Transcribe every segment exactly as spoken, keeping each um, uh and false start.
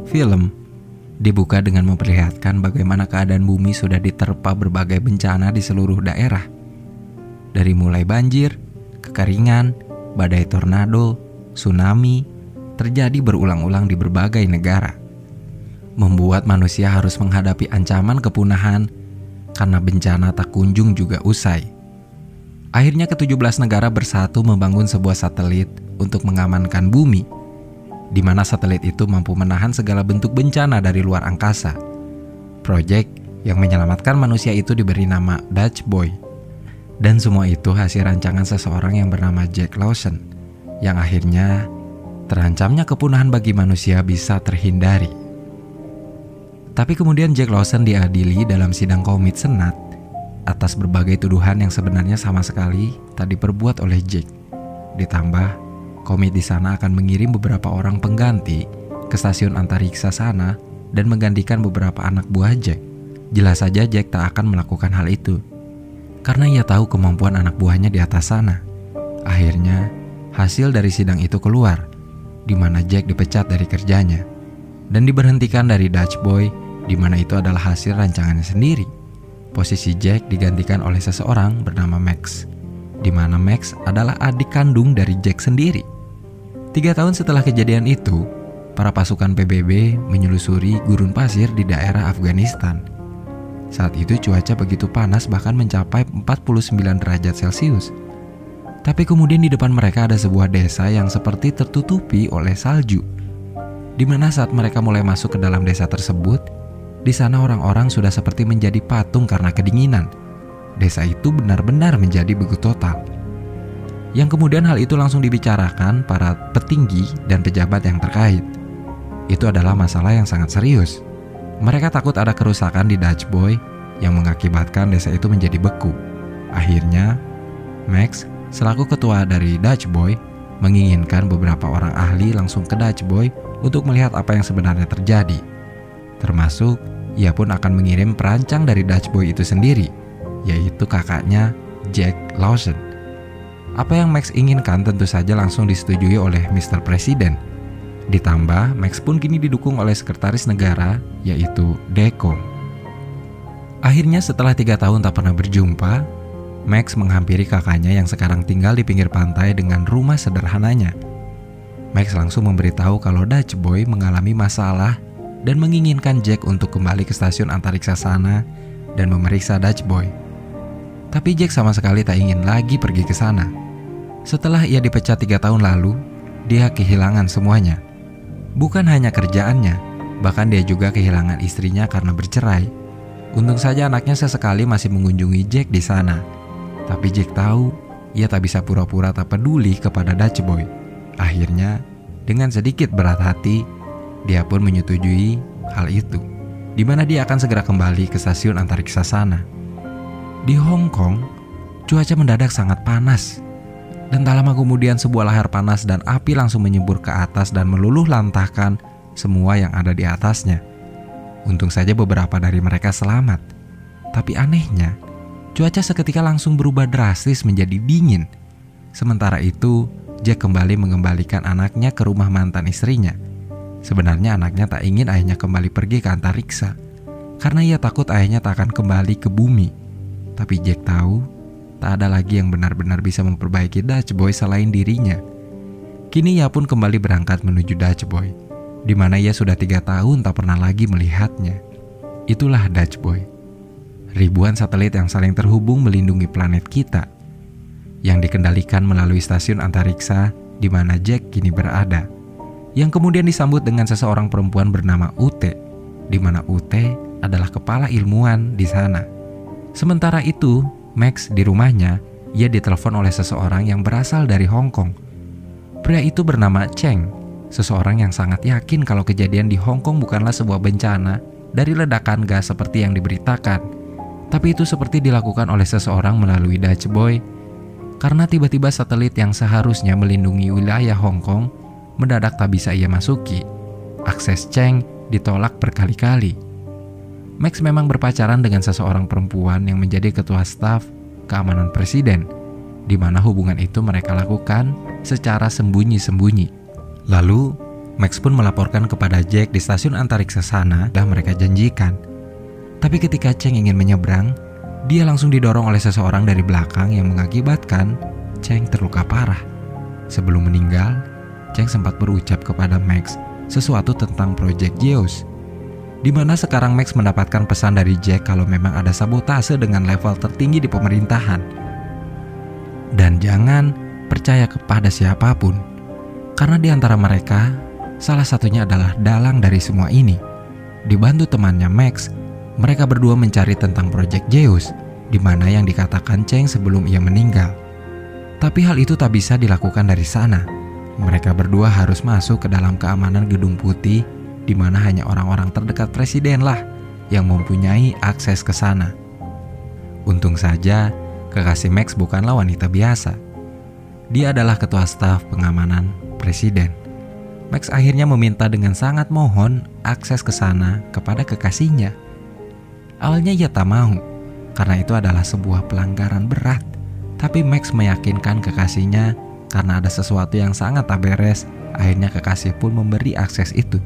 Film dibuka dengan memperlihatkan bagaimana keadaan bumi sudah diterpa berbagai bencana di seluruh daerah. Dari mulai banjir, kekeringan, badai tornado, tsunami, terjadi berulang-ulang di berbagai negara. Membuat manusia harus menghadapi ancaman kepunahan karena bencana tak kunjung juga usai. Akhirnya ketujuh belas negara bersatu membangun sebuah satelit untuk mengamankan bumi, di mana satelit itu mampu menahan segala bentuk bencana dari luar angkasa. Proyek yang menyelamatkan manusia itu diberi nama Dutch Boy. Dan semua itu hasil rancangan seseorang yang bernama Jack Lawson, yang akhirnya terancamnya kepunahan bagi manusia bisa terhindari. Tapi kemudian Jack Lawson diadili dalam sidang komit Senat atas berbagai tuduhan yang sebenarnya sama sekali tak diperbuat oleh Jack. Ditambah, komit di sana akan mengirim beberapa orang pengganti ke stasiun antariksa sana dan menggantikan beberapa anak buah Jack. Jelas saja Jack tak akan melakukan hal itu, karena ia tahu kemampuan anak buahnya di atas sana. Akhirnya, hasil dari sidang itu keluar, di mana Jack dipecat dari kerjanya dan diberhentikan dari Dutch Boy, di mana itu adalah hasil rancangannya sendiri. Posisi Jack digantikan oleh seseorang bernama Max, di mana Max adalah adik kandung dari Jack sendiri. Tiga tahun setelah kejadian itu, para pasukan P B B menyelusuri gurun pasir di daerah Afghanistan. Saat itu cuaca begitu panas, bahkan mencapai empat puluh sembilan derajat Celcius. Tapi kemudian di depan mereka ada sebuah desa yang seperti tertutupi oleh salju, di mana saat mereka mulai masuk ke dalam desa tersebut, di sana orang-orang sudah seperti menjadi patung karena kedinginan. Desa itu benar-benar menjadi beku total. Yang kemudian hal itu langsung dibicarakan para petinggi dan pejabat yang terkait. Itu adalah masalah yang sangat serius. Mereka takut ada kerusakan di Dutch Boy yang mengakibatkan desa itu menjadi beku. Akhirnya, Max selaku ketua dari Dutch Boy menginginkan beberapa orang ahli langsung ke Dutch Boy untuk melihat apa yang sebenarnya terjadi. Termasuk, ia pun akan mengirim perancang dari Dutch Boy itu sendiri, yaitu kakaknya Jack Lawson. Apa yang Max inginkan tentu saja langsung disetujui oleh mister Presiden. Ditambah, Max pun kini didukung oleh sekretaris negara, yaitu Deco. Akhirnya setelah tiga tahun tak pernah berjumpa, Max menghampiri kakaknya yang sekarang tinggal di pinggir pantai dengan rumah sederhananya. Max langsung memberitahu kalau Dutch Boy mengalami masalah dan menginginkan Jack untuk kembali ke stasiun antariksa sana dan memeriksa Dutch Boy. Tapi Jack sama sekali tak ingin lagi pergi ke sana. Setelah ia dipecat tiga tahun lalu, dia kehilangan semuanya. Bukan hanya kerjaannya, bahkan dia juga kehilangan istrinya karena bercerai. Untung saja anaknya sesekali masih mengunjungi Jack di sana. Tapi Jack tahu, ia tak bisa pura-pura tak peduli kepada Dutch Boy. Akhirnya, dengan sedikit berat hati, dia pun menyetujui hal itu, di mana dia akan segera kembali ke stasiun antariksa sana. Di Hong Kong, cuaca mendadak sangat panas. Dan tak lama kemudian sebuah lahar panas dan api langsung menyembur ke atas dan meluluh lantahkan semua yang ada di atasnya. Untung saja beberapa dari mereka selamat. Tapi anehnya, cuaca seketika langsung berubah drastis menjadi dingin. Sementara itu, Jack kembali mengembalikan anaknya ke rumah mantan istrinya. Sebenarnya anaknya tak ingin ayahnya kembali pergi ke antariksa, karena ia takut ayahnya tak akan kembali ke bumi. Tapi Jack tahu, tak ada lagi yang benar-benar bisa memperbaiki Dutch Boy selain dirinya. Kini ia pun kembali berangkat menuju Dutch Boy, di mana ia sudah tiga tahun tak pernah lagi melihatnya. Itulah Dutch Boy. Ribuan satelit yang saling terhubung melindungi planet kita, yang dikendalikan melalui stasiun antariksa di mana Jack kini berada, yang kemudian disambut dengan seseorang perempuan bernama Ute, di mana Ute adalah kepala ilmuwan di sana. Sementara itu, Max di rumahnya, ia ditelepon oleh seseorang yang berasal dari Hong Kong. Pria itu bernama Cheng, seseorang yang sangat yakin kalau kejadian di Hong Kong bukanlah sebuah bencana dari ledakan gas seperti yang diberitakan, tapi itu seperti dilakukan oleh seseorang melalui Dutch Boy, karena tiba-tiba satelit yang seharusnya melindungi wilayah Hong Kong mendadak tak bisa ia masuki. Akses Cheng ditolak berkali-kali. Max memang berpacaran dengan seseorang perempuan yang menjadi ketua staf keamanan presiden, di mana hubungan itu mereka lakukan secara sembunyi-sembunyi. Lalu, Max pun melaporkan kepada Jack di stasiun antariksa sana dah mereka janjikan. Tapi ketika Cheng ingin menyeberang, dia langsung didorong oleh seseorang dari belakang yang mengakibatkan Cheng terluka parah. Sebelum meninggal, Cheng sempat berucap kepada Max sesuatu tentang Project Zeus, di mana sekarang Max mendapatkan pesan dari Jack kalau memang ada sabotase dengan level tertinggi di pemerintahan. Dan jangan percaya kepada siapapun, karena di antara mereka, salah satunya adalah dalang dari semua ini. Dibantu temannya Max, mereka berdua mencari tentang Project Zeus, di mana yang dikatakan Cheng sebelum ia meninggal. Tapi hal itu tak bisa dilakukan dari sana. Mereka berdua harus masuk ke dalam keamanan Gedung Putih, di mana hanya orang-orang terdekat presiden lah yang mempunyai akses ke sana. Untung saja, kekasih Max bukanlah wanita biasa. Dia adalah ketua staf pengamanan presiden. Max akhirnya meminta dengan sangat mohon akses ke sana kepada kekasihnya. Awalnya ia tak mau, karena itu adalah sebuah pelanggaran berat. Tapi Max meyakinkan kekasihnya karena ada sesuatu yang sangat tak beres. Akhirnya kekasih pun memberi akses itu.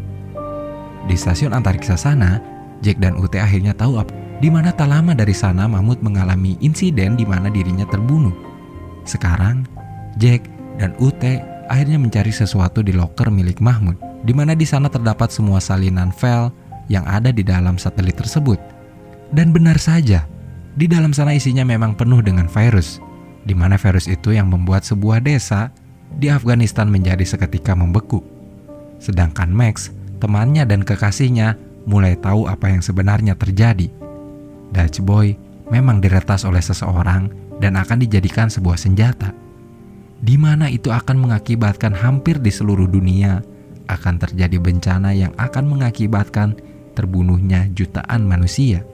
Di stasiun antariksa sana, Jack dan U T akhirnya tahu apa, di mana tak lama dari sana Mahmud mengalami insiden di mana dirinya terbunuh. Sekarang, Jack dan U T akhirnya mencari sesuatu di loker milik Mahmud, di mana di sana terdapat semua salinan file yang ada di dalam satelit tersebut. Dan benar saja, di dalam sana isinya memang penuh dengan virus, di mana virus itu yang membuat sebuah desa di Afghanistan menjadi seketika membeku. Sedangkan Max, temannya dan kekasihnya mulai tahu apa yang sebenarnya terjadi. Dutch Boy memang diretas oleh seseorang dan akan dijadikan sebuah senjata, di mana itu akan mengakibatkan hampir di seluruh dunia akan terjadi bencana yang akan mengakibatkan terbunuhnya jutaan manusia.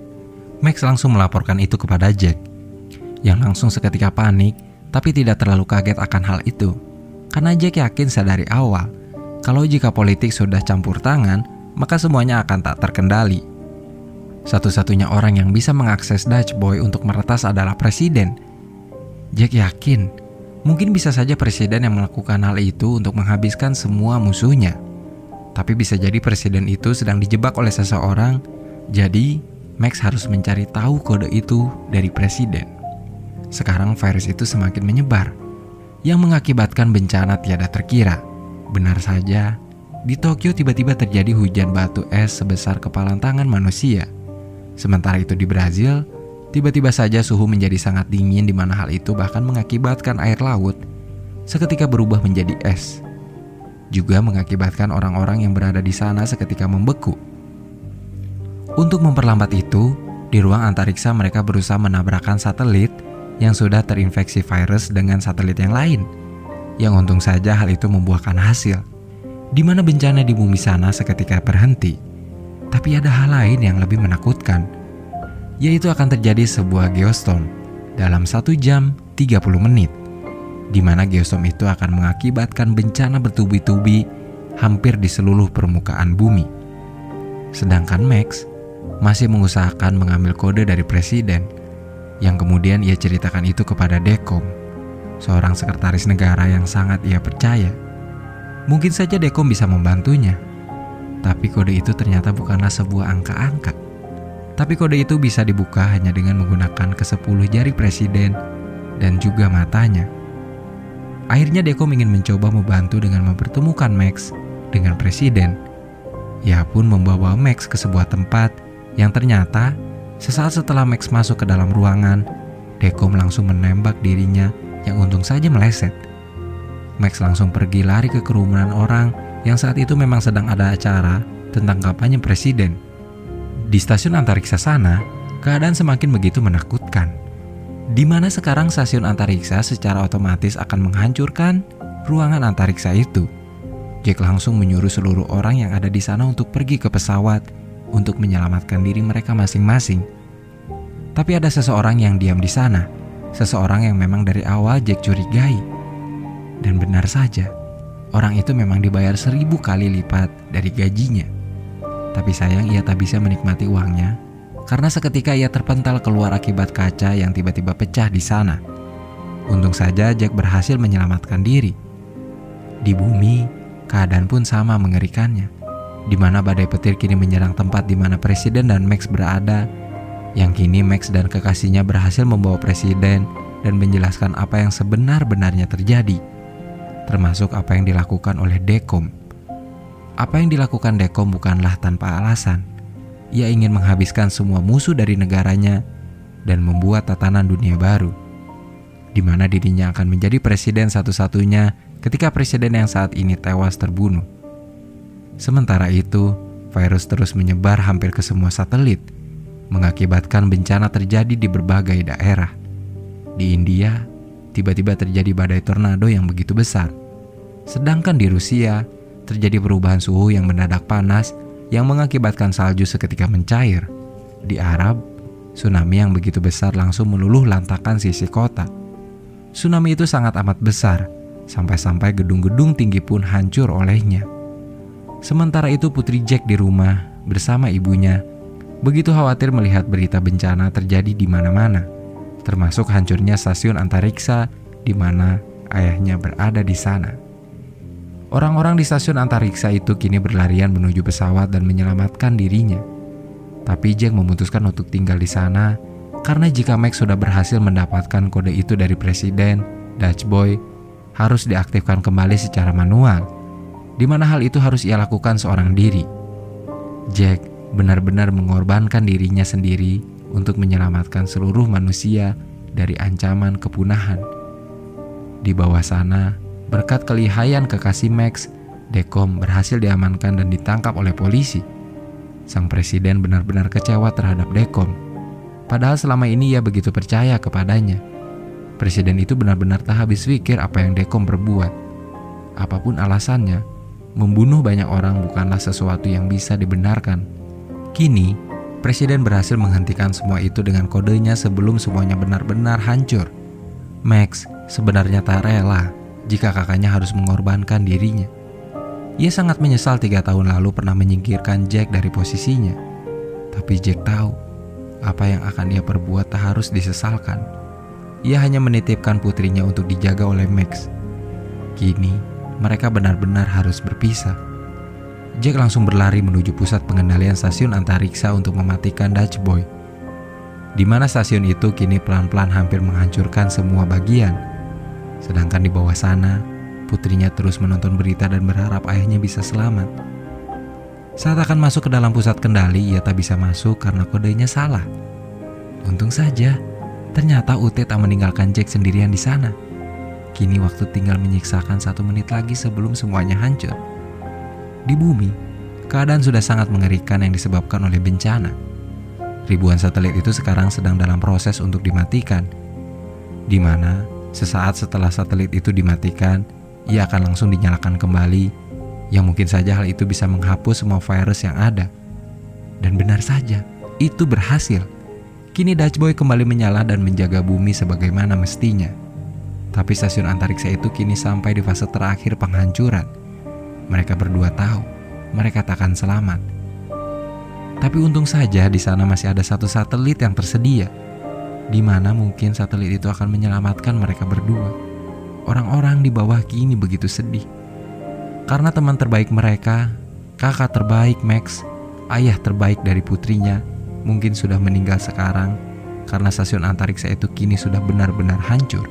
Max langsung melaporkan itu kepada Jack, yang langsung seketika panik tapi tidak terlalu kaget akan hal itu, karena Jack yakin sedari awal kalau jika politik sudah campur tangan, maka semuanya akan tak terkendali. Satu-satunya orang yang bisa mengakses Dutch Boy untuk meretas adalah presiden. Jack yakin mungkin bisa saja presiden yang melakukan hal itu untuk menghabiskan semua musuhnya. Tapi bisa jadi presiden itu sedang dijebak oleh seseorang. Jadi Max harus mencari tahu kode itu dari presiden. Sekarang virus itu semakin menyebar, yang mengakibatkan bencana tiada terkira. Benar saja, di Tokyo tiba-tiba terjadi hujan batu es sebesar kepalan tangan manusia. Sementara itu di Brazil, tiba-tiba saja suhu menjadi sangat dingin, di mana hal itu bahkan mengakibatkan air laut seketika berubah menjadi es. Juga mengakibatkan orang-orang yang berada di sana seketika membeku. Untuk memperlambat itu, di ruang antariksa mereka berusaha menabrakkan satelit yang sudah terinfeksi virus dengan satelit yang lain. Yang untung saja hal itu membuahkan hasil, di mana bencana di bumi sana seketika berhenti. Tapi ada hal lain yang lebih menakutkan, yaitu akan terjadi sebuah geostorm dalam satu jam tiga puluh menit, di mana geostorm itu akan mengakibatkan bencana bertubi-tubi hampir di seluruh permukaan bumi. Sedangkan Max masih mengusahakan mengambil kode dari presiden, yang kemudian ia ceritakan itu kepada Dekom, seorang sekretaris negara yang sangat ia percaya. Mungkin saja Dekom bisa membantunya, tapi kode itu ternyata bukanlah sebuah angka-angka. Tapi kode itu bisa dibuka hanya dengan menggunakan kesepuluh jari presiden dan juga matanya. Akhirnya Dekom ingin mencoba membantu dengan mempertemukan Max dengan presiden. Ia pun membawa Max ke sebuah tempat yang ternyata sesaat setelah Max masuk ke dalam ruangan, Dekom langsung menembak dirinya yang untung saja meleset. Max langsung pergi lari ke kerumunan orang yang saat itu memang sedang ada acara tentang kampanye presiden. Di stasiun antariksa sana, keadaan semakin begitu menakutkan, di mana sekarang stasiun antariksa secara otomatis akan menghancurkan ruangan antariksa itu. Jack langsung menyuruh seluruh orang yang ada di sana untuk pergi ke pesawat untuk menyelamatkan diri mereka masing-masing. Tapi ada seseorang yang diam di sana, seseorang yang memang dari awal Jack curigai. Dan benar saja, orang itu memang dibayar seribu kali lipat dari gajinya. Tapi sayang ia tak bisa menikmati uangnya, karena seketika ia terpental keluar akibat kaca yang tiba-tiba pecah di sana. Untung saja Jack berhasil menyelamatkan diri. Di bumi, keadaan pun sama mengerikannya, di mana badai petir kini menyerang tempat di mana Presiden dan Max berada, yang kini Max dan kekasihnya berhasil membawa Presiden dan menjelaskan apa yang sebenar-benarnya terjadi, termasuk apa yang dilakukan oleh Dekom. Apa yang dilakukan Dekom bukanlah tanpa alasan. Ia ingin menghabiskan semua musuh dari negaranya dan membuat tatanan dunia baru, di mana dirinya akan menjadi presiden satu-satunya ketika presiden yang saat ini tewas terbunuh. Sementara itu, virus terus menyebar hampir ke semua satelit, mengakibatkan bencana terjadi di berbagai daerah. Di India, tiba-tiba terjadi badai tornado yang begitu besar. Sedangkan di Rusia, terjadi perubahan suhu yang mendadak panas yang mengakibatkan salju seketika mencair. Di Arab, tsunami yang begitu besar langsung meluluh lantakan sisi kota. Tsunami itu sangat amat besar, sampai-sampai gedung-gedung tinggi pun hancur olehnya. Sementara itu Putri Jack di rumah bersama ibunya begitu khawatir melihat berita bencana terjadi di mana-mana, termasuk hancurnya stasiun antariksa di mana ayahnya berada di sana. Orang-orang di stasiun antariksa itu kini berlarian menuju pesawat dan menyelamatkan dirinya. Tapi Jack memutuskan untuk tinggal di sana karena jika Max sudah berhasil mendapatkan kode itu dari Presiden, Dutch Boy harus diaktifkan kembali secara manual, di mana hal itu harus ia lakukan seorang diri. Jack benar-benar mengorbankan dirinya sendiri untuk menyelamatkan seluruh manusia dari ancaman kepunahan. Di bawah sana, berkat kelihayan kekasih Max, Dekom berhasil diamankan dan ditangkap oleh polisi. Sang presiden benar-benar kecewa terhadap Dekom, padahal selama ini ia begitu percaya kepadanya. Presiden itu benar-benar tak habis pikir apa yang Dekom perbuat. Apapun alasannya, membunuh banyak orang bukanlah sesuatu yang bisa dibenarkan. Kini, Presiden berhasil menghentikan semua itu dengan kodenya sebelum semuanya benar-benar hancur. Max sebenarnya tak rela jika kakaknya harus mengorbankan dirinya. Ia sangat menyesal tiga tahun lalu pernah menyingkirkan Jack dari posisinya. Tapi Jack tahu, apa yang akan ia perbuat tak harus disesalkan. Ia hanya menitipkan putrinya untuk dijaga oleh Max. Kini, mereka benar-benar harus berpisah. Jack langsung berlari menuju pusat pengendalian stasiun antariksa untuk mematikan Dutch Boy, di mana stasiun itu kini pelan-pelan hampir menghancurkan semua bagian. Sedangkan di bawah sana, putrinya terus menonton berita dan berharap ayahnya bisa selamat. Saat akan masuk ke dalam pusat kendali, ia tak bisa masuk karena kodenya salah. Untung saja, ternyata U T tak meninggalkan Jack sendirian di sana. Kini waktu tinggal menyiksakan satu menit lagi sebelum semuanya hancur. Di bumi, keadaan sudah sangat mengerikan yang disebabkan oleh bencana. Ribuan satelit itu sekarang sedang dalam proses untuk dimatikan, di mana sesaat setelah satelit itu dimatikan, ia akan langsung dinyalakan kembali, yang mungkin saja hal itu bisa menghapus semua virus yang ada. Dan benar saja, itu berhasil. Kini Dutch Boy kembali menyala dan menjaga bumi sebagaimana mestinya. Tapi stasiun antariksa itu kini sampai di fase terakhir penghancuran. Mereka berdua tahu, mereka takkan selamat. Tapi untung saja di sana masih ada satu satelit yang tersedia, di mana mungkin satelit itu akan menyelamatkan mereka berdua. Orang-orang di bawah kini begitu sedih, karena teman terbaik mereka, kakak terbaik Max, ayah terbaik dari putrinya, mungkin sudah meninggal sekarang karena stasiun antariksa itu kini sudah benar-benar hancur.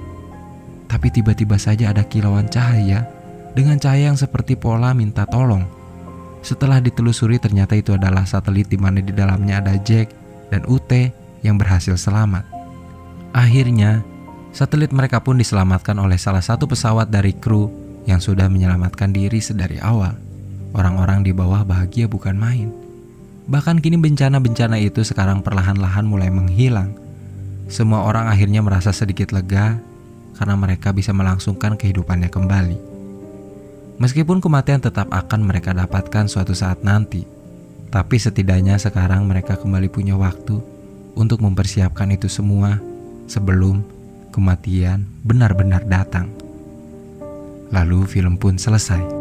Tapi tiba-tiba saja ada kilauan cahaya dengan cahaya yang seperti pola minta tolong. Setelah ditelusuri ternyata itu adalah satelit di mana di dalamnya ada Jack dan U T yang berhasil selamat. Akhirnya, satelit mereka pun diselamatkan oleh salah satu pesawat dari kru yang sudah menyelamatkan diri sedari awal. Orang-orang di bawah bahagia bukan main. Bahkan kini bencana-bencana itu sekarang perlahan-lahan mulai menghilang. Semua orang akhirnya merasa sedikit lega karena mereka bisa melangsungkan kehidupannya kembali. Meskipun kematian tetap akan mereka dapatkan suatu saat nanti, tapi setidaknya sekarang mereka kembali punya waktu untuk mempersiapkan itu semua sebelum kematian benar-benar datang. Lalu film pun selesai.